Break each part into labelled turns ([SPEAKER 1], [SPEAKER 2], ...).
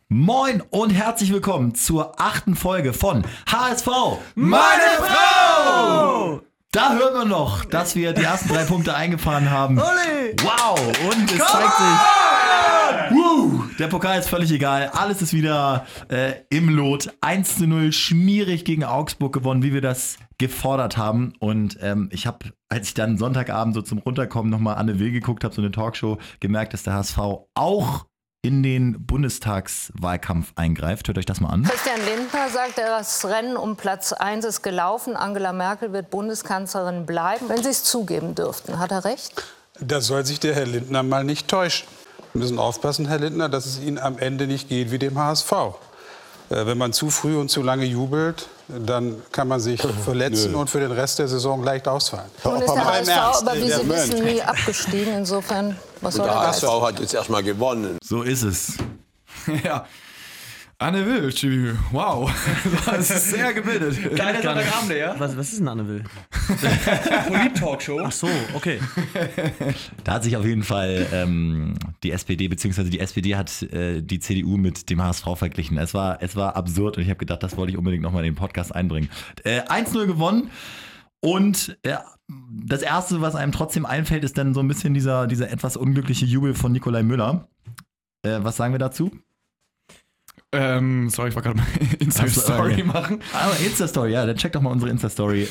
[SPEAKER 1] Moin und herzlich willkommen zur 8. Folge von HSV
[SPEAKER 2] Meine Frau!
[SPEAKER 1] Da hören wir noch, dass wir die ersten 3 Punkte eingefahren haben.
[SPEAKER 2] Olli!
[SPEAKER 1] Wow, und es zeigt sich, der Pokal ist völlig egal. Alles ist wieder im Lot. 1:0 schmierig gegen Augsburg gewonnen, wie wir das gefordert haben. Und ich habe, als ich dann Sonntagabend so zum Runterkommen nochmal Anne Will geguckt habe, so eine Talkshow, gemerkt, dass der HSV auch in den Bundestagswahlkampf eingreift. Hört euch das mal an.
[SPEAKER 3] Christian Lindner sagt, das Rennen um Platz 1 ist gelaufen. Angela Merkel wird Bundeskanzlerin bleiben, wenn Sie es zugeben dürften. Hat er recht?
[SPEAKER 4] Da soll sich der Herr Lindner mal nicht täuschen. Wir müssen aufpassen, Herr Lindner, dass es Ihnen am Ende nicht geht wie dem HSV. Wenn man zu früh und zu lange jubelt, dann kann man sich verletzen und für den Rest der Saison leicht ausfallen.
[SPEAKER 3] Nun ist der HSV, aber wie Sie wissen, nie abgestiegen. Insofern, was soll
[SPEAKER 5] der
[SPEAKER 3] der
[SPEAKER 5] HSV hat jetzt erstmal gewonnen.
[SPEAKER 1] So ist es.
[SPEAKER 2] Ja. Anne Will, wow, das ist sehr gebildet.
[SPEAKER 6] Geiler Sonntagabend, ja?
[SPEAKER 7] Was ist denn Anne Will?
[SPEAKER 6] Polit-Talkshow.
[SPEAKER 7] Ach so, okay.
[SPEAKER 1] Da hat sich auf jeden Fall die SPD, beziehungsweise die SPD hat die CDU mit dem HSV verglichen. Es war absurd und ich habe gedacht, das wollte ich unbedingt nochmal in den Podcast einbringen. 1:0 gewonnen und das Erste, was einem trotzdem einfällt, ist dann so ein bisschen dieser etwas unglückliche Jubel von Nikolai Müller. Was sagen wir dazu?
[SPEAKER 2] Sorry, ich wollte gerade mal Insta-Story machen.
[SPEAKER 1] Aber Insta-Story, ja, dann check doch mal unsere Insta-Story.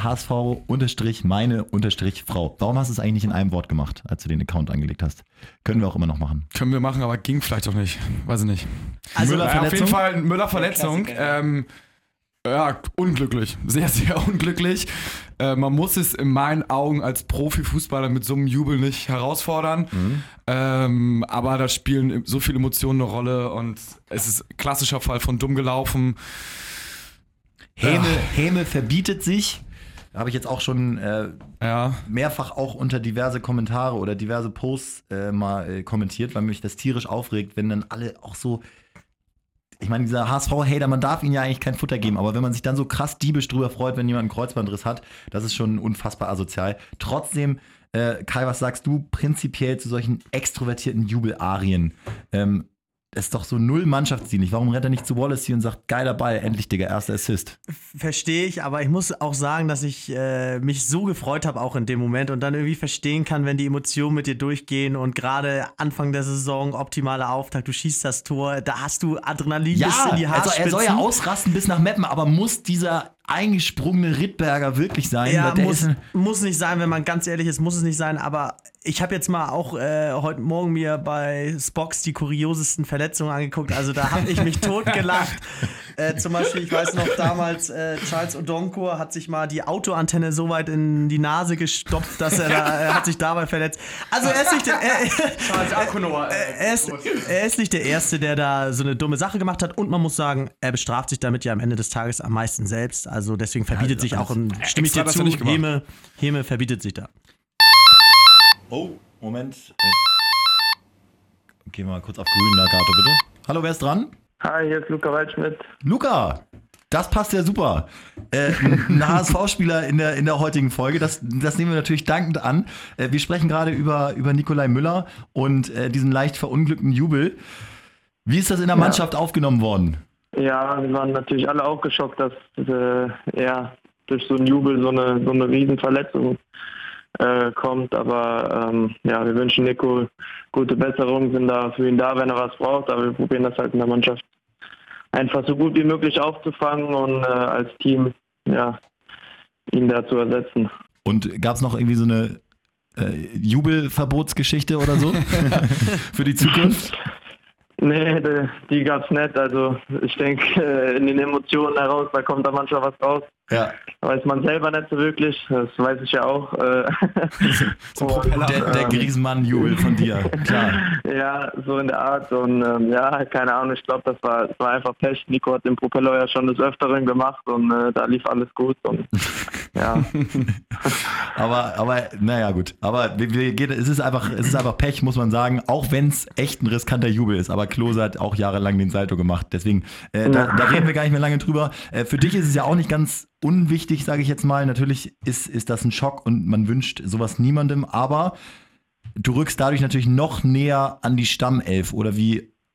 [SPEAKER 1] HSV_meine_Frau. Warum hast du es eigentlich nicht in einem Wort gemacht, als du den Account angelegt hast? Können wir auch immer noch machen.
[SPEAKER 2] Können wir machen, aber ging vielleicht auch nicht. Weiß ich nicht.
[SPEAKER 1] Also
[SPEAKER 2] Müller-Verletzung? Auf jeden Fall Müller-Verletzung. Ja, unglücklich. Sehr, sehr unglücklich. Man muss es in meinen Augen als Profifußballer mit so einem Jubel nicht herausfordern. Aber da spielen so viele Emotionen eine Rolle und es ist ein klassischer Fall von dumm gelaufen.
[SPEAKER 1] Häme verbietet sich. Habe ich jetzt auch schon mehrfach auch unter diverse Kommentare oder diverse Posts mal kommentiert, weil mich das tierisch aufregt, wenn dann alle auch so. Ich meine, dieser HSV-Hater, man darf ihnen ja eigentlich kein Futter geben, aber wenn man sich dann so krass diebisch drüber freut, wenn jemand einen Kreuzbandriss hat, das ist schon unfassbar asozial. Trotzdem, Kai, was sagst du prinzipiell zu solchen extrovertierten Jubelarien? Das ist doch so null mannschaftsdienlich. Warum rennt er nicht zu Wallace hier und sagt, geiler Ball, endlich, Digga, erster Assist?
[SPEAKER 7] Verstehe ich, aber ich muss auch sagen, dass ich mich so gefreut habe auch in dem Moment und dann irgendwie verstehen kann, wenn die Emotionen mit dir durchgehen und gerade Anfang der Saison, optimaler Auftakt, du schießt das Tor, da hast du Adrenalin bis in die Haarspitzen.
[SPEAKER 1] Also er soll ja ausrasten bis nach Meppen, aber muss dieser eingesprungene Rittberger wirklich sein?
[SPEAKER 7] Ja, muss nicht sein, wenn man ganz ehrlich ist, muss es nicht sein, aber ich habe jetzt mal auch heute Morgen mir bei Spox die kuriosesten Verletzungen angeguckt, also da habe ich mich totgelacht. Zum Beispiel, ich weiß noch damals, Charles Odonkor hat sich mal die Autoantenne so weit in die Nase gestopft, dass er hat sich dabei verletzt. Also er ist nicht er ist nicht der Erste, der da so eine dumme Sache gemacht hat und man muss sagen, er bestraft sich damit ja am Ende des Tages am meisten selbst, also deswegen verbietet sich auch, stimme ich dir zu, Häme verbietet sich da.
[SPEAKER 1] Oh, Moment. Gehen wir mal kurz auf grün, Nagato, bitte. Hallo, wer ist dran?
[SPEAKER 8] Hi, hier ist Luca Waldschmidt.
[SPEAKER 1] Luca, das passt ja super. Ein HSV-Spieler in der heutigen Folge, das nehmen wir natürlich dankend an. Wir sprechen gerade über Nikolai Müller und diesen leicht verunglückten Jubel. Wie ist das in der Mannschaft aufgenommen worden?
[SPEAKER 8] Ja, wir waren natürlich alle auch geschockt, dass er durch so einen Jubel so eine Riesenverletzung kommt, aber wir wünschen Nico gute Besserung, sind da für ihn da, wenn er was braucht, aber wir probieren das halt in der Mannschaft einfach so gut wie möglich aufzufangen und als Team ihn da zu ersetzen.
[SPEAKER 1] Und gab es noch irgendwie so eine Jubelverbotsgeschichte oder so für die Zukunft?
[SPEAKER 8] Nee, die gab's nicht. Also ich denke, in den Emotionen heraus, da kommt da manchmal was raus. Ja. Weiß man selber nicht so wirklich, das weiß ich ja auch.
[SPEAKER 1] So der Griezmann-Jubel von dir, klar.
[SPEAKER 8] Ja, so in der Art und keine Ahnung, ich glaube, das war einfach Pech. Nico hat den Propeller ja schon des Öfteren gemacht und da lief alles gut und ja.
[SPEAKER 1] aber naja gut, aber es ist einfach Pech, muss man sagen, auch wenn es echt ein riskanter Jubel ist, aber Klose hat auch jahrelang den Salto gemacht, deswegen da reden wir gar nicht mehr lange drüber. Für dich ist es ja auch nicht ganz unwichtig, sage ich jetzt mal. Natürlich ist das ein Schock und man wünscht sowas niemandem, aber du rückst dadurch natürlich noch näher an die Stammelf, oder wie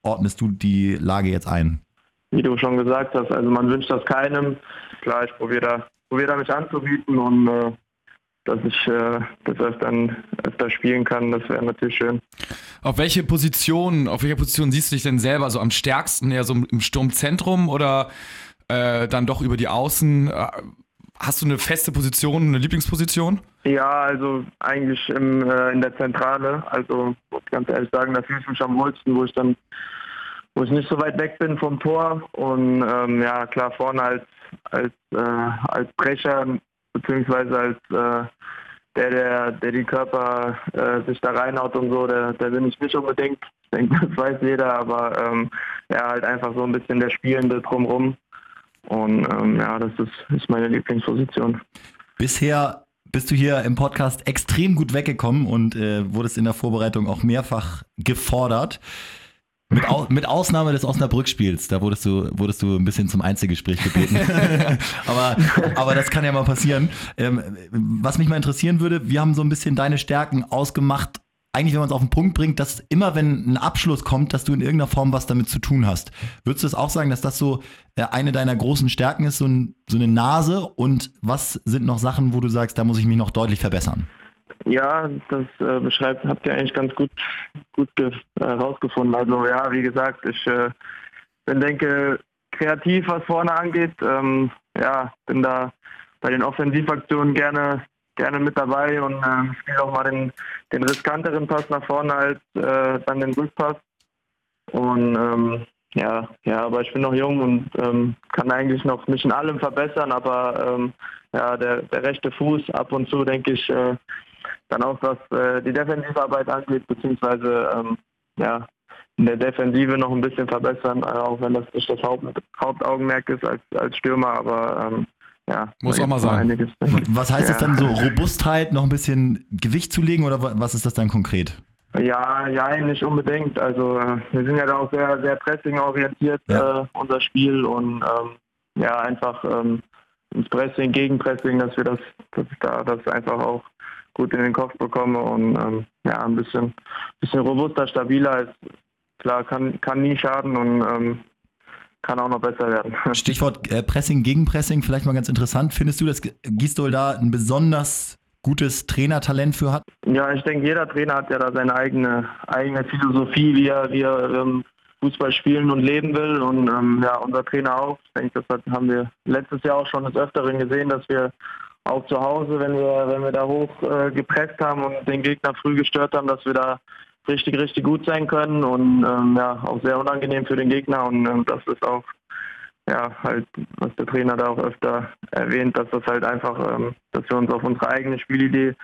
[SPEAKER 1] ordnest du die Lage jetzt ein?
[SPEAKER 8] Wie du schon gesagt hast, also man wünscht das keinem. Klar, ich probiere da mich anzubieten und dass ich das öfter spielen kann, das wäre natürlich schön.
[SPEAKER 2] Auf welcher Position siehst du dich denn selber so am stärksten? Eher so im Sturmzentrum oder dann doch über die Außen? Hast du eine feste Position, eine Lieblingsposition?
[SPEAKER 8] Ja, also eigentlich in der Zentrale. Also muss ganz ehrlich sagen, da fühle ich mich am wohlsten, wo ich nicht so weit weg bin vom Tor. Und ja, klar, vorne als Brecher, beziehungsweise als der die Körper sich da reinhaut und so, der bin ich nicht unbedingt. Ich denke, das weiß jeder, aber ja, halt einfach so ein bisschen der Spielende drumrum. Und ja, das ist meine Lieblingsposition.
[SPEAKER 1] Bisher bist du hier im Podcast extrem gut weggekommen und wurdest in der Vorbereitung auch mehrfach gefordert. Mit Ausnahme des Osnabrück-Spiels, da wurdest du ein bisschen zum Einzelgespräch gebeten. aber das kann ja mal passieren. Was mich mal interessieren würde, wir haben so ein bisschen deine Stärken ausgemacht. Eigentlich, wenn man es auf den Punkt bringt, dass immer, wenn ein Abschluss kommt, dass du in irgendeiner Form was damit zu tun hast. Würdest du es auch sagen, dass das so eine deiner großen Stärken ist, so eine Nase? Und was sind noch Sachen, wo du sagst, da muss ich mich noch deutlich verbessern?
[SPEAKER 8] Ja, das habt ihr eigentlich ganz gut rausgefunden. Also ja, wie gesagt, ich denke, kreativ, was vorne angeht. Ja, bin da bei den Offensivaktionen gerne mit dabei und spiele auch mal den riskanteren Pass nach vorne als dann den Rückpass. Und ja, aber ich bin noch jung und kann eigentlich noch mich in allem verbessern, aber ja, der rechte Fuß ab und zu, denke ich, dann auch was die Defensivarbeit angeht, beziehungsweise ja, in der Defensive noch ein bisschen verbessern, auch wenn das nicht das Hauptaugenmerk ist als Stürmer, aber ja.
[SPEAKER 2] Muss auch mal sein.
[SPEAKER 1] Was heißt das dann so, Robustheit, noch ein bisschen Gewicht zu legen oder was ist das dann konkret?
[SPEAKER 8] Ja, nicht unbedingt. Also wir sind ja da auch sehr, sehr pressing-orientiert, unser Spiel und ja, einfach ins Pressing, Gegenpressing, dass ich das einfach auch gut in den Kopf bekomme und ja, ein bisschen robuster, stabiler ist. Klar, kann nie schaden und kann auch noch besser werden.
[SPEAKER 1] Stichwort Pressing, Gegenpressing, vielleicht mal ganz interessant. Findest du, dass Gisdol da ein besonders gutes Trainertalent für hat?
[SPEAKER 8] Ja, ich denke, jeder Trainer hat ja da seine eigene Philosophie, wie er Fußball spielen und leben will und ja, unser Trainer auch. Ich denke, das haben wir letztes Jahr auch schon des Öfteren gesehen, dass wir auch zu Hause, wenn wir da hoch gepresst haben und den Gegner früh gestört haben, dass wir da richtig, richtig gut sein können und ja, auch sehr unangenehm für den Gegner und das ist auch, ja, halt, was der Trainer da auch öfter erwähnt, dass das halt einfach, dass wir uns auf unsere eigene Spielidee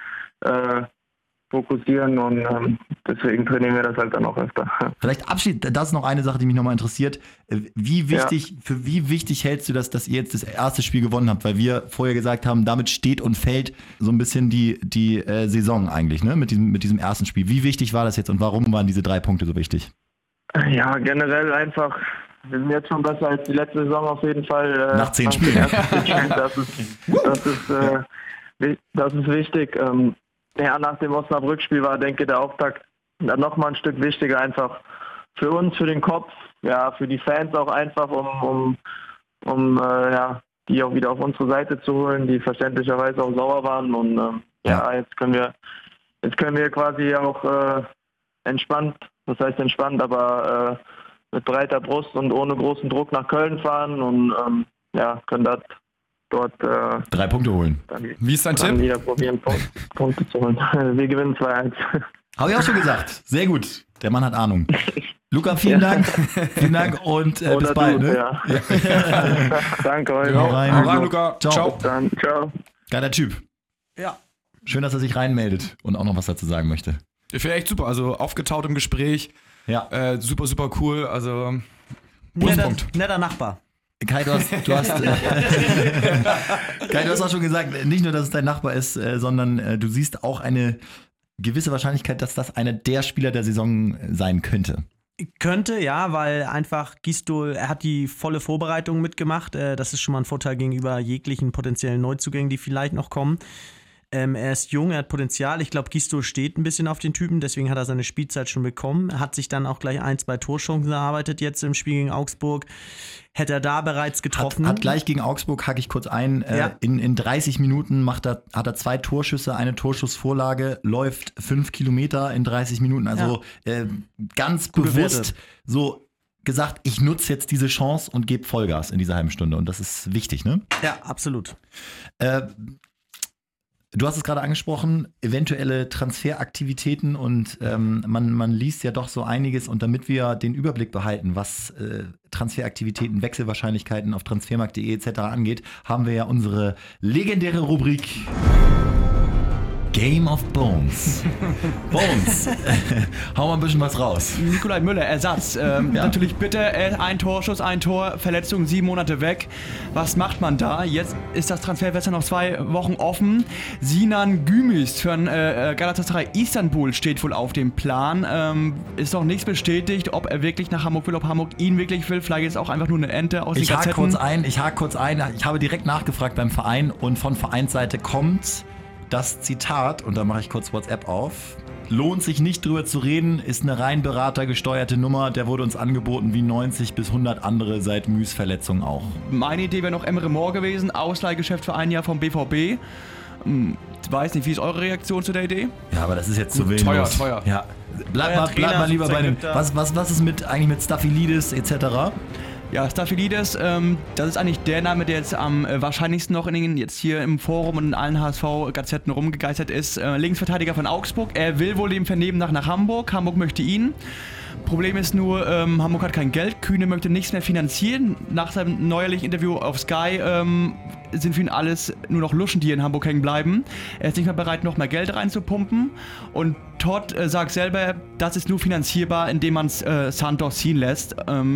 [SPEAKER 8] fokussieren und deswegen trainieren wir das halt dann auch öfter.
[SPEAKER 1] Vielleicht abschließend, das ist noch eine Sache, die mich nochmal interessiert. Für wie wichtig hältst du das, dass ihr jetzt das erste Spiel gewonnen habt? Weil wir vorher gesagt haben, damit steht und fällt so ein bisschen die Saison eigentlich, ne? Mit diesem ersten Spiel. Wie wichtig war das jetzt und warum waren diese 3 Punkte so wichtig?
[SPEAKER 8] Ja, generell einfach, wir sind jetzt schon besser als die letzte Saison auf jeden Fall.
[SPEAKER 1] Nach 10 Spielen.
[SPEAKER 8] Das ist wichtig. Ja, nach dem Osnabrück-Spiel war, denke ich, der Auftakt dann nochmal ein Stück wichtiger, einfach für uns, für den Kopf, ja, für die Fans auch einfach, um ja, die auch wieder auf unsere Seite zu holen, die verständlicherweise auch sauer waren und ja, jetzt können wir quasi auch entspannt, das heißt entspannt, aber mit breiter Brust und ohne großen Druck nach Köln fahren und ja, können dort
[SPEAKER 1] 3 Punkte holen.
[SPEAKER 2] Wie ist dein Tipp?
[SPEAKER 8] Wieder probieren, Punkte zu holen. Wir gewinnen 2-1.
[SPEAKER 1] Habe ich auch schon gesagt. Sehr gut. Der Mann hat Ahnung. Luca, vielen Dank. Vielen Dank und bis bald. Ne?
[SPEAKER 8] Ja. Danke euch.
[SPEAKER 1] Hau rein,
[SPEAKER 2] Luca.
[SPEAKER 1] Ciao.
[SPEAKER 8] Dann, ciao.
[SPEAKER 1] Geiler Typ.
[SPEAKER 7] Ja.
[SPEAKER 1] Schön, dass er sich reinmeldet und auch noch was dazu sagen möchte.
[SPEAKER 2] Ich finde echt super. Also aufgetaut im Gespräch.
[SPEAKER 1] Ja.
[SPEAKER 2] Super, super cool. Also
[SPEAKER 7] netter Nachbar.
[SPEAKER 1] Kai, du hast auch schon gesagt, nicht nur, dass es dein Nachbar ist, sondern du siehst auch eine gewisse Wahrscheinlichkeit, dass das einer der Spieler der Saison sein könnte.
[SPEAKER 7] Könnte, ja, weil einfach Gisdol, er hat die volle Vorbereitung mitgemacht. Das ist schon mal ein Vorteil gegenüber jeglichen potenziellen Neuzugängen, die vielleicht noch kommen. Er ist jung, er hat Potenzial. Ich glaube, Gisto steht ein bisschen auf den Typen, deswegen hat er seine Spielzeit schon bekommen. Er hat sich dann auch gleich 1-2 Torchancen erarbeitet jetzt im Spiel gegen Augsburg. Hätte er da bereits getroffen.
[SPEAKER 1] Hat gleich gegen Augsburg, hake ich kurz ein, in 30 Minuten hat er 2 Torschüsse, eine Torschussvorlage, läuft 5 Kilometer in 30 Minuten. Also ganz gut bewusst bewertet. So gesagt, ich nutze jetzt diese Chance und gebe Vollgas in dieser halben Stunde. Und das ist wichtig, ne?
[SPEAKER 7] Ja, absolut.
[SPEAKER 1] Du hast es gerade angesprochen, eventuelle Transferaktivitäten und man liest ja doch so einiges. Und damit wir den Überblick behalten, was Transferaktivitäten, Wechselwahrscheinlichkeiten auf transfermarkt.de etc. angeht, haben wir ja unsere legendäre Rubrik Game of Bones. Bones. Hau mal ein bisschen was raus.
[SPEAKER 6] Nikolai Müller, Ersatz. Natürlich bitte, ein Torschuss, ein Tor, Verletzung, 7 Monate weg. Was macht man da? Jetzt ist das Transferfenster noch 2 Wochen offen. Sinan Gümüz für Galatasaray Istanbul steht wohl auf dem Plan. Ist noch nichts bestätigt, ob er wirklich nach Hamburg will, ob Hamburg ihn wirklich will. Vielleicht ist es auch einfach nur eine Ente aus den Gazetten.
[SPEAKER 1] Ich hake kurz ein. Ich habe direkt nachgefragt beim Verein und von Vereinsseite kommt das Zitat, und da mache ich kurz WhatsApp auf. Lohnt sich nicht drüber zu reden, ist eine rein beratergesteuerte Nummer. Der wurde uns angeboten wie 90 bis 100 andere seit Müs Verletzung auch.
[SPEAKER 6] Meine Idee wäre noch Emre Mor gewesen, Ausleihgeschäft für ein Jahr vom BVB. Weiß nicht, wie ist eure Reaktion zu der Idee?
[SPEAKER 1] Ja, aber das ist jetzt zu willenlos.
[SPEAKER 2] Teuer.
[SPEAKER 1] Ja. Bleib mal lieber bei dem. Was ist eigentlich mit Staphylidis etc.?
[SPEAKER 6] Ja, Staphylidis, das ist eigentlich der Name, der jetzt am wahrscheinlichsten noch jetzt hier im Forum und in allen HSV-Gazetten rumgegeistert ist. Linksverteidiger von Augsburg. Er will wohl dem Vernehmen nach Hamburg. Hamburg möchte ihn. Problem ist nur, Hamburg hat kein Geld. Kühne möchte nichts mehr finanzieren. Nach seinem neuerlichen Interview auf Sky sind für ihn alles nur noch Luschen, die hier in Hamburg hängen bleiben. Er ist nicht mehr bereit, noch mehr Geld reinzupumpen. Und Todd sagt selber, das ist nur finanzierbar, indem man Santos ziehen lässt.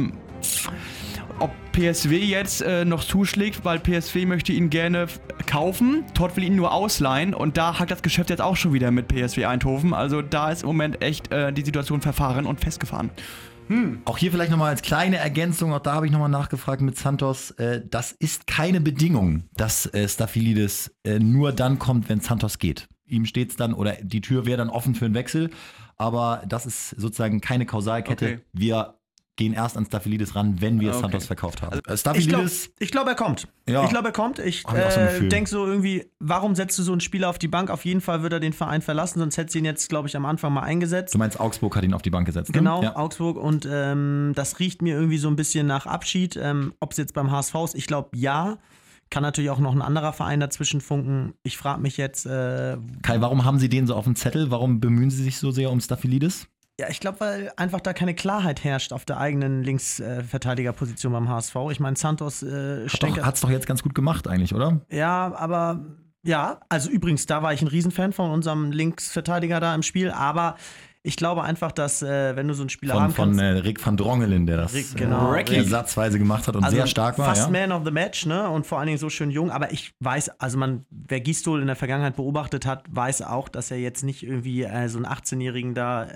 [SPEAKER 6] Ob PSW jetzt noch zuschlägt, weil PSW möchte ihn gerne kaufen. Todd will ihn nur ausleihen und da hakt das Geschäft jetzt auch schon wieder mit PSW Eindhoven. Also da ist im Moment echt die Situation verfahren und festgefahren.
[SPEAKER 1] Auch hier vielleicht nochmal als kleine Ergänzung, auch da habe ich nochmal nachgefragt mit Santos, das ist keine Bedingung, dass Staphylidis nur dann kommt, wenn Santos geht. Ihm steht's dann, oder die Tür wäre dann offen für einen Wechsel, aber das ist sozusagen keine Kausalkette.
[SPEAKER 6] Okay.
[SPEAKER 1] Wir gehen erst an Staphylidis ran, wenn wir Santos verkauft haben. Staphylidis.
[SPEAKER 7] Ich glaube, er kommt.
[SPEAKER 1] Ja.
[SPEAKER 7] Ich glaube, er kommt. Ich denke so irgendwie, warum setzt du so einen Spieler auf die Bank? Auf jeden Fall wird er den Verein verlassen, sonst hätte sie ihn jetzt, glaube ich, am Anfang mal eingesetzt.
[SPEAKER 1] Du meinst, Augsburg hat ihn auf die Bank gesetzt, ne?
[SPEAKER 7] Genau,
[SPEAKER 1] Ja.
[SPEAKER 7] Augsburg. Und das riecht mir irgendwie so ein bisschen nach Abschied. Ob es jetzt beim HSV ist, ich glaube, ja. Kann natürlich auch noch ein anderer Verein dazwischen funken. Ich frage mich jetzt...
[SPEAKER 1] Kai, warum haben Sie den so auf dem Zettel? Warum bemühen Sie sich so sehr um Staphylidis?
[SPEAKER 7] Ja, ich glaube, weil einfach da keine Klarheit herrscht auf der eigenen Linksverteidigerposition beim HSV. Ich meine, Santos
[SPEAKER 1] hat's doch jetzt ganz gut gemacht eigentlich, oder?
[SPEAKER 7] Ja, aber ja, also übrigens, da war ich ein Riesenfan von unserem Linksverteidiger da im Spiel, aber ich glaube einfach, dass wenn du so einen Spieler haben kannst...
[SPEAKER 1] Von Rick van Drongelen, der das ersatzweise gemacht hat und also sehr stark war.
[SPEAKER 7] Fast Man of the Match, ne? Und vor allen Dingen so schön jung. Aber ich weiß, also wer Gistol in der Vergangenheit beobachtet hat, weiß auch, dass er jetzt nicht irgendwie so einen 18-Jährigen da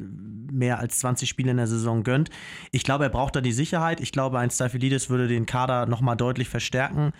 [SPEAKER 7] mehr als 20 Spiele in der Saison gönnt. Ich glaube, er braucht da die Sicherheit. Ich glaube, ein Staphylidis würde den Kader nochmal deutlich verstärken.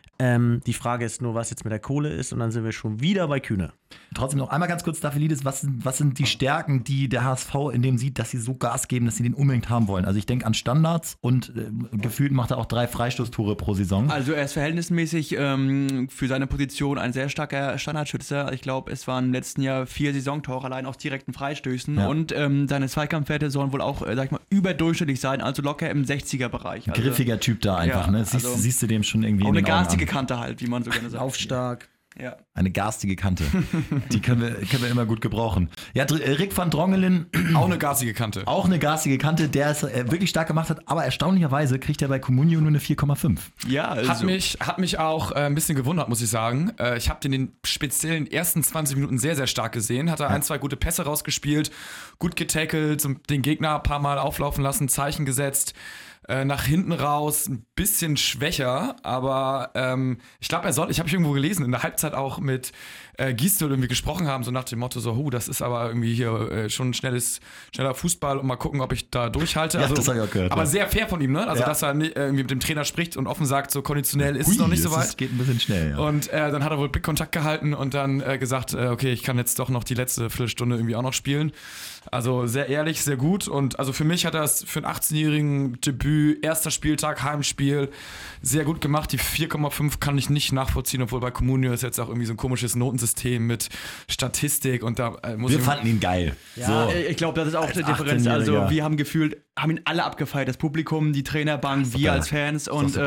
[SPEAKER 7] Die Frage ist nur, was jetzt mit der Kohle ist, und dann sind wir schon wieder bei Kühne.
[SPEAKER 1] Trotzdem noch einmal ganz kurz, Staphylidis, was sind die Stärken, die der HSV in dem sieht, dass sie so Gas geben, dass sie den unbedingt haben wollen? Also ich denke an Standards und gefühlt macht er auch 3 Freistoßtore pro Saison.
[SPEAKER 6] Also er ist verhältnismäßig für seine Position ein sehr starker Standardschütze. Ich glaube, es waren im letzten Jahr 4 Saisontore allein aus direkten Freistößen. Ja. Und seine Zweikampfwerte sollen wohl auch, sag ich mal, überdurchschnittlich sein, also locker im 60er-Bereich. Also,
[SPEAKER 1] griffiger Typ da einfach, ne? Siehst du dem schon irgendwie
[SPEAKER 6] auch
[SPEAKER 1] in den
[SPEAKER 6] eine garstige
[SPEAKER 1] Augen an.
[SPEAKER 6] Kante halt, wie man so gerne sagt.
[SPEAKER 7] Aufstark.
[SPEAKER 6] Ja.
[SPEAKER 1] Eine garstige Kante. Die können wir immer gut gebrauchen. Ja, Rick van Drongelen.
[SPEAKER 2] Auch eine garstige Kante.
[SPEAKER 1] Auch eine garstige Kante, der es wirklich stark gemacht hat, aber erstaunlicherweise kriegt er bei Comunio nur eine 4,5.
[SPEAKER 6] Ja, also.
[SPEAKER 2] Hat mich auch ein bisschen gewundert, muss ich sagen. Ich habe den speziellen ersten 20 Minuten sehr, sehr stark gesehen. Hat er 1-2 gute Pässe rausgespielt, gut getackelt, den Gegner ein paar Mal auflaufen lassen, Zeichen gesetzt. nach hinten raus ein bisschen schwächer, aber ich glaube, ich habe irgendwo gelesen, in der Halbzeit auch mit Gisdol irgendwie gesprochen haben, so nach dem Motto so, das ist aber irgendwie hier schon schneller Fußball und mal gucken, ob ich da durchhalte.
[SPEAKER 1] Ja, das habe ich auch gehört.
[SPEAKER 2] Aber sehr fair von ihm, ne? Also, dass er irgendwie mit dem Trainer spricht und offen sagt, so konditionell ist es noch nicht so weit.
[SPEAKER 1] Es geht ein bisschen schnell, ja.
[SPEAKER 2] Und dann hat er wohl Blickkontakt gehalten und dann gesagt, okay, ich kann jetzt doch noch die letzte Viertelstunde irgendwie auch noch spielen. Also sehr ehrlich, sehr gut. Und also für mich hat er es für einen 18-jährigen Debüt, erster Spieltag, Heimspiel, sehr gut gemacht. Die 4,5 kann ich nicht nachvollziehen, obwohl bei Comunio ist jetzt auch irgendwie so ein komisches Notensystem mit Statistik und da
[SPEAKER 1] wir fanden ihn geil.
[SPEAKER 6] Ja, so. Ich glaube, das ist auch die Differenz. Also wir haben ihn alle abgefeiert, das Publikum, die Trainerbank, wir als Fans und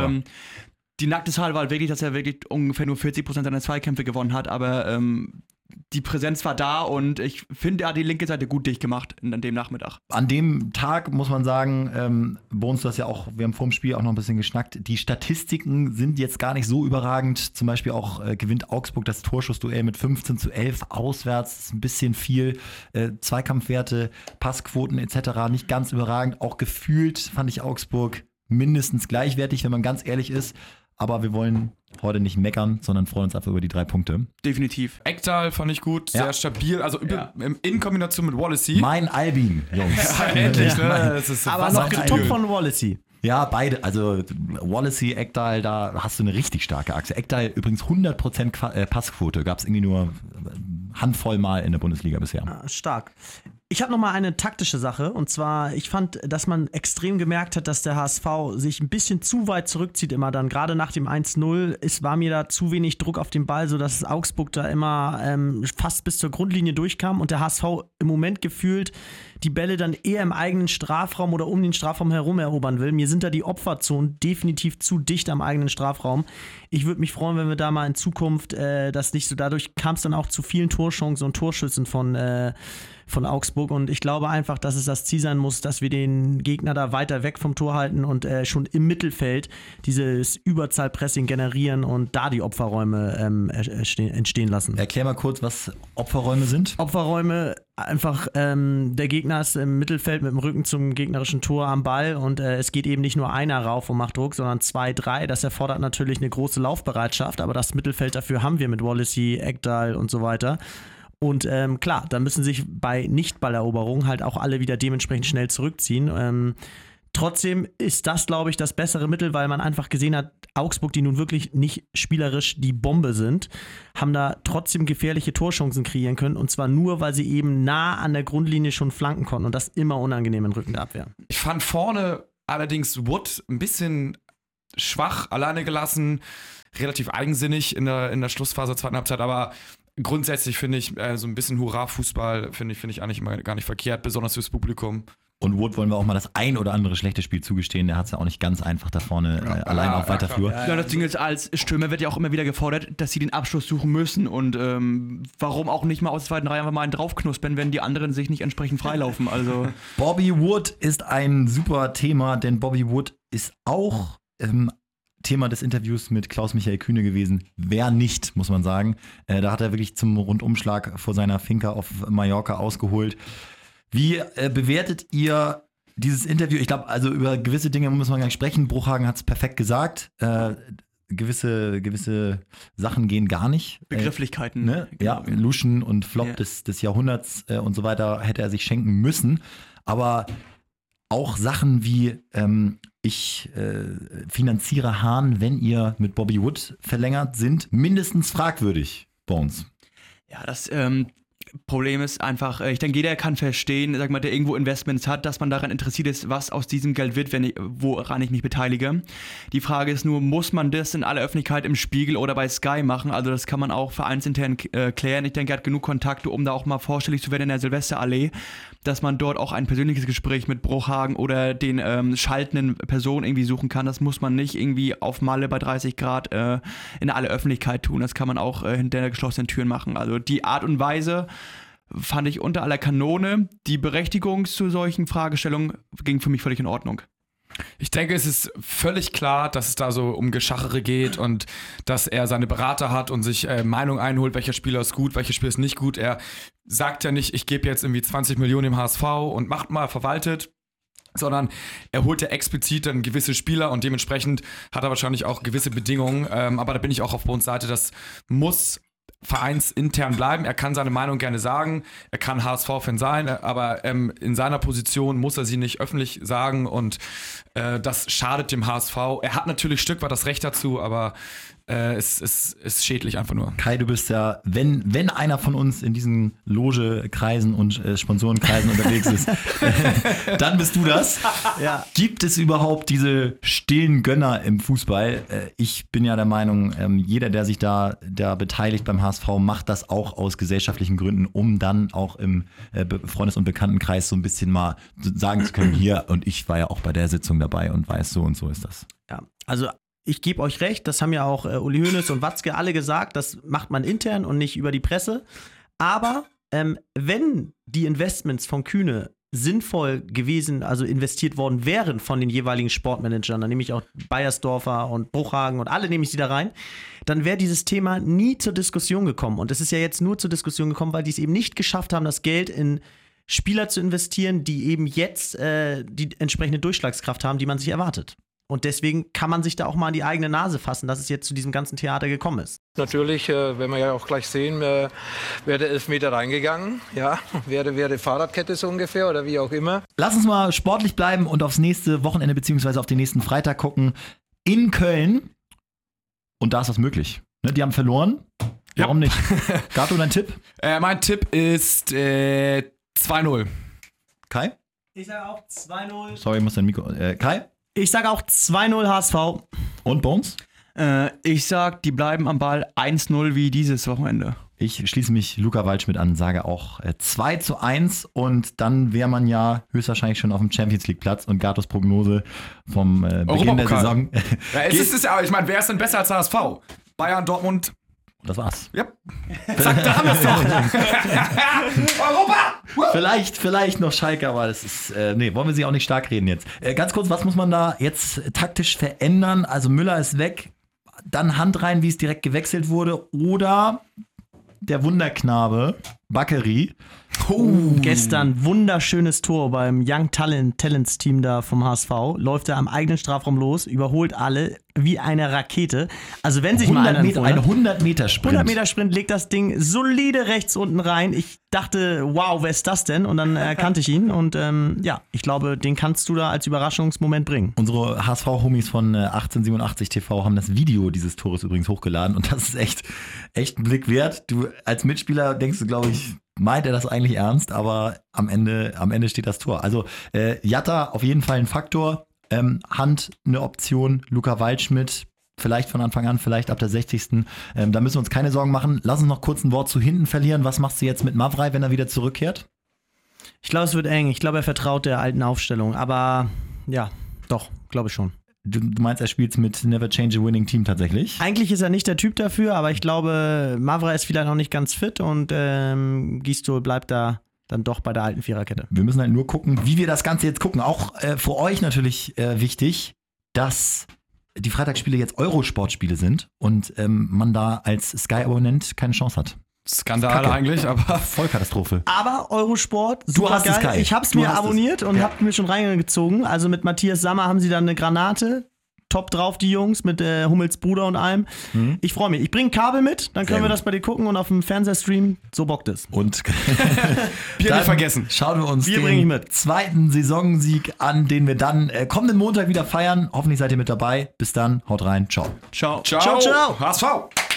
[SPEAKER 6] die nackte Zahl war halt wirklich, dass er wirklich ungefähr nur 40% seiner Zweikämpfe gewonnen hat, aber die Präsenz war da und ich finde, er hat die linke Seite gut dicht gemacht an dem Nachmittag.
[SPEAKER 1] An dem Tag muss man sagen, Bones, das ja auch, wir haben vor dem Spiel auch noch ein bisschen geschnackt, die Statistiken sind jetzt gar nicht so überragend. Zum Beispiel auch gewinnt Augsburg das Torschussduell mit 15:11 auswärts, das ist ein bisschen viel. Zweikampfwerte, Passquoten etc. nicht ganz überragend. Auch gefühlt fand ich Augsburg mindestens gleichwertig, wenn man ganz ehrlich ist. Aber wir wollen heute nicht meckern, sondern freuen uns einfach über die 3 Punkte.
[SPEAKER 6] Definitiv.
[SPEAKER 2] Ekdal fand ich gut, sehr stabil. Also in Kombination mit Wallacey.
[SPEAKER 1] Mein Albin, Jungs.
[SPEAKER 2] Endlich, ne? Das ist
[SPEAKER 7] aber noch getoppt von Wallacey.
[SPEAKER 1] Ja, beide. Also Wallacey, Ekdal, da hast du eine richtig starke Achse. Ekdal übrigens 100% Passquote. Gab es irgendwie nur Handvoll Mal in der Bundesliga bisher.
[SPEAKER 7] Stark. Ich habe noch mal eine taktische Sache und zwar, ich fand, dass man extrem gemerkt hat, dass der HSV sich ein bisschen zu weit zurückzieht immer dann, gerade nach dem 1-0, war mir da zu wenig Druck auf den Ball, sodass Augsburg da immer fast bis zur Grundlinie durchkam und der HSV im Moment gefühlt die Bälle dann eher im eigenen Strafraum oder um den Strafraum herum erobern will. Mir sind da die Opferzonen definitiv zu dicht am eigenen Strafraum. Ich würde mich freuen, wenn wir da mal in Zukunft das nicht so, dadurch kam es dann auch zu vielen Torchancen und Torschüssen von Augsburg und ich glaube einfach, dass es das Ziel sein muss, dass wir den Gegner da weiter weg vom Tor halten und schon im Mittelfeld dieses Überzahlpressing generieren und da die Opferräume entstehen lassen.
[SPEAKER 1] Erklär mal kurz, was Opferräume sind.
[SPEAKER 7] Opferräume, einfach der Gegner ist im Mittelfeld mit dem Rücken zum gegnerischen Tor am Ball und es geht eben nicht nur einer rauf und macht Druck, sondern 2, 3. Das erfordert natürlich eine große Laufbereitschaft, aber das Mittelfeld dafür haben wir mit Wallacey, Ekdal und so weiter. Und klar, da müssen sich bei Nichtballeroberungen halt auch alle wieder dementsprechend schnell zurückziehen. Trotzdem ist das, glaube ich, das bessere Mittel, weil man einfach gesehen hat, Augsburg, die nun wirklich nicht spielerisch die Bombe sind, haben da trotzdem gefährliche Torchancen kreieren können. Und zwar nur, weil sie eben nah an der Grundlinie schon flanken konnten. Und das immer unangenehm in Rücken der Abwehr.
[SPEAKER 2] Ich fand vorne allerdings Wood ein bisschen schwach, alleine gelassen, relativ eigensinnig in der Schlussphase der zweiten Halbzeit, aber grundsätzlich finde ich, so ein bisschen Hurra-Fußball finde ich eigentlich immer gar nicht verkehrt, besonders fürs Publikum.
[SPEAKER 1] Und Wood wollen wir auch mal das ein oder andere schlechte Spiel zugestehen. Der hat es ja auch nicht ganz einfach da vorne, allein auf weiter Flur.
[SPEAKER 6] Ja, das Ding ist, als Stürmer wird ja auch immer wieder gefordert, dass sie den Abschluss suchen müssen. Und warum auch nicht mal aus der zweiten Reihe einfach mal einen draufknuspern, wenn die anderen sich nicht entsprechend freilaufen. Also
[SPEAKER 1] Bobby Wood ist ein super Thema, denn Bobby Wood ist auch Thema des Interviews mit Klaus-Michael Kühne gewesen. Wer nicht, muss man sagen. Da hat er wirklich zum Rundumschlag vor seiner Finca auf Mallorca ausgeholt. Wie bewertet ihr dieses Interview? Ich glaube, also über gewisse Dinge muss man gar nicht sprechen. Bruchhagen hat es perfekt gesagt. Gewisse Sachen gehen gar nicht.
[SPEAKER 6] Begrifflichkeiten.
[SPEAKER 1] Ne? Ja, Luschen und Flop des Jahrhunderts und so weiter hätte er sich schenken müssen. Aber auch Sachen wie ich finanziere Hahn, wenn ihr mit Bobby Wood verlängert, sind mindestens fragwürdig, Bones.
[SPEAKER 6] Ja, das Problem ist einfach, ich denke, jeder kann verstehen, sag mal, der irgendwo Investments hat, dass man daran interessiert ist, was aus diesem Geld wird, woran ich mich beteilige. Die Frage ist nur, muss man das in aller Öffentlichkeit im Spiegel oder bei Sky machen? Also das kann man auch vereinsintern klären. Ich denke, er hat genug Kontakte, um da auch mal vorstellig zu werden in der Silvesterallee, dass man dort auch ein persönliches Gespräch mit Bruchhagen oder den schaltenden Personen irgendwie suchen kann. Das muss man nicht irgendwie auf Malle bei 30 Grad in aller Öffentlichkeit tun. Das kann man auch hinter geschlossenen Türen machen. Also die Art und Weise fand ich unter aller Kanone. Die Berechtigung zu solchen Fragestellungen ging für mich völlig in Ordnung.
[SPEAKER 2] Ich denke, es ist völlig klar, dass es da so um Geschachere geht und dass er seine Berater hat und sich Meinung einholt, welcher Spieler ist gut, welcher Spieler ist nicht gut. Er sagt ja nicht, ich gebe jetzt irgendwie 20 Millionen im HSV und macht mal, verwaltet, sondern er holt ja explizit dann gewisse Spieler und dementsprechend hat er wahrscheinlich auch gewisse Bedingungen. Aber da bin ich auch auf Bones Seite, das muss vereinsintern bleiben. Er kann seine Meinung gerne sagen, er kann HSV-Fan sein, aber in seiner Position muss er sie nicht öffentlich sagen und das schadet dem HSV. Er hat natürlich ein Stück weit das Recht dazu, aber es ist schädlich einfach nur.
[SPEAKER 1] Kai, du bist ja, wenn einer von uns in diesen Loge-Kreisen und Sponsorenkreisen unterwegs ist, dann bist du das. Ja. Gibt es überhaupt diese stillen Gönner im Fußball? Ich bin ja der Meinung, jeder, der sich da beteiligt beim HSV, macht das auch aus gesellschaftlichen Gründen, um dann auch im Freundes- und Bekanntenkreis so ein bisschen mal sagen zu können, hier, und ich war ja auch bei der Sitzung dabei und weiß, so und so ist das.
[SPEAKER 7] Ja, also ich gebe euch recht, das haben ja auch Uli Hoeneß und Watzke alle gesagt, das macht man intern und nicht über die Presse. Aber wenn die Investments von Kühne sinnvoll gewesen, also investiert worden wären von den jeweiligen Sportmanagern, dann nehme ich auch Beiersdorfer und Bruchhagen und alle nehme ich sie da rein, dann wäre dieses Thema nie zur Diskussion gekommen. Und es ist ja jetzt nur zur Diskussion gekommen, weil die es eben nicht geschafft haben, das Geld in Spieler zu investieren, die eben jetzt die entsprechende Durchschlagskraft haben, die man sich erwartet. Und deswegen kann man sich da auch mal an die eigene Nase fassen, dass es jetzt zu diesem ganzen Theater gekommen ist.
[SPEAKER 5] Natürlich, werden wir ja auch gleich sehen, wäre der Elfmeter reingegangen. Ja, wäre Fahrradkette so ungefähr oder wie auch immer.
[SPEAKER 1] Lass uns mal sportlich bleiben und aufs nächste Wochenende bzw. auf den nächsten Freitag gucken. In Köln. Und da ist was möglich. Ne, die haben verloren. Ja. Warum nicht? Gato, dein Tipp?
[SPEAKER 2] Mein Tipp ist 2-0.
[SPEAKER 1] Kai?
[SPEAKER 7] Ich sage auch 2-0.
[SPEAKER 1] Sorry, ich muss dein Mikro... Kai?
[SPEAKER 7] Ich sage auch 2-0 HSV.
[SPEAKER 1] Und Bones?
[SPEAKER 6] Ich sag, die bleiben am Ball 1-0 wie dieses Wochenende.
[SPEAKER 1] Ich schließe mich Luca Waldschmidt an, sage auch 2-1 und dann wäre man ja höchstwahrscheinlich schon auf dem Champions-League-Platz und Gatos Prognose vom Beginn der Saison.
[SPEAKER 2] Ja, es ist ja, ich meine, wer ist denn besser als HSV? Bayern, Dortmund.
[SPEAKER 1] Das war's.
[SPEAKER 2] Ja. Zack, da haben wir es doch. Europa!
[SPEAKER 1] Vielleicht noch Schalke, aber das ist, wollen wir sie auch nicht stark reden jetzt. Ganz kurz, was muss man da jetzt taktisch verändern? Also Müller ist weg, dann Hand rein, wie es direkt gewechselt wurde, oder der Wunderknabe Bakkeri.
[SPEAKER 7] Gestern wunderschönes Tor beim Young Talents Team da vom HSV. Läuft er am eigenen Strafraum los, überholt alle wie eine Rakete. Also wenn sich mal einer
[SPEAKER 1] ein 100-Meter-Sprint.
[SPEAKER 7] 100-Meter-Sprint, legt das Ding solide rechts unten rein. Ich dachte, wow, wer ist das denn? Und dann erkannte ich ihn. Und ich glaube, den kannst du da als Überraschungsmoment bringen.
[SPEAKER 1] Unsere HSV-Homies von 1887 TV haben das Video dieses Tores übrigens hochgeladen. Und das ist echt ein Blick wert. Du als Mitspieler denkst du, glaube ich, meint er das eigentlich ernst, aber am Ende steht das Tor. Also Jatta auf jeden Fall ein Faktor, Hand eine Option, Luca Waldschmidt vielleicht von Anfang an, vielleicht ab der 60. Da müssen wir uns keine Sorgen machen. Lass uns noch kurz ein Wort zu hinten verlieren. Was machst du jetzt mit Mavrei, wenn er wieder zurückkehrt?
[SPEAKER 7] Ich glaube, es wird eng. Ich glaube, er vertraut der alten Aufstellung. Aber ja, doch, glaube ich schon.
[SPEAKER 1] Du meinst, er spielt mit Never Change a Winning Team tatsächlich?
[SPEAKER 7] Eigentlich ist er nicht der Typ dafür, aber ich glaube, Mavrei ist vielleicht noch nicht ganz fit und Gistol bleibt da dann doch bei der alten Viererkette.
[SPEAKER 1] Wir müssen halt nur gucken, wie wir das Ganze jetzt gucken. Auch für euch natürlich wichtig, dass die Freitagsspiele jetzt Eurosport-Spiele sind und man da als Sky-Abonnent keine Chance hat.
[SPEAKER 2] Skandal eigentlich, aber
[SPEAKER 7] Vollkatastrophe. Aber Eurosport,
[SPEAKER 1] du hast
[SPEAKER 7] geil. Ich hab's mir abonniert und hab mir schon reingezogen. Also mit Matthias Sammer haben sie dann eine Granate. Top drauf, die Jungs, mit Hummels Bruder und allem. Ich freue mich. Ich bringe Kabel mit, dann können wir das bei dir gucken und auf dem Fernsehstream, so bockt es.
[SPEAKER 1] Und
[SPEAKER 2] Bier nicht vergessen.
[SPEAKER 1] Schauen wir uns den zweiten Saisonsieg an, den wir dann kommenden Montag wieder feiern. Hoffentlich seid ihr mit dabei. Bis dann, haut rein, ciao.
[SPEAKER 2] Ciao. Ciao. Ciao. HSV.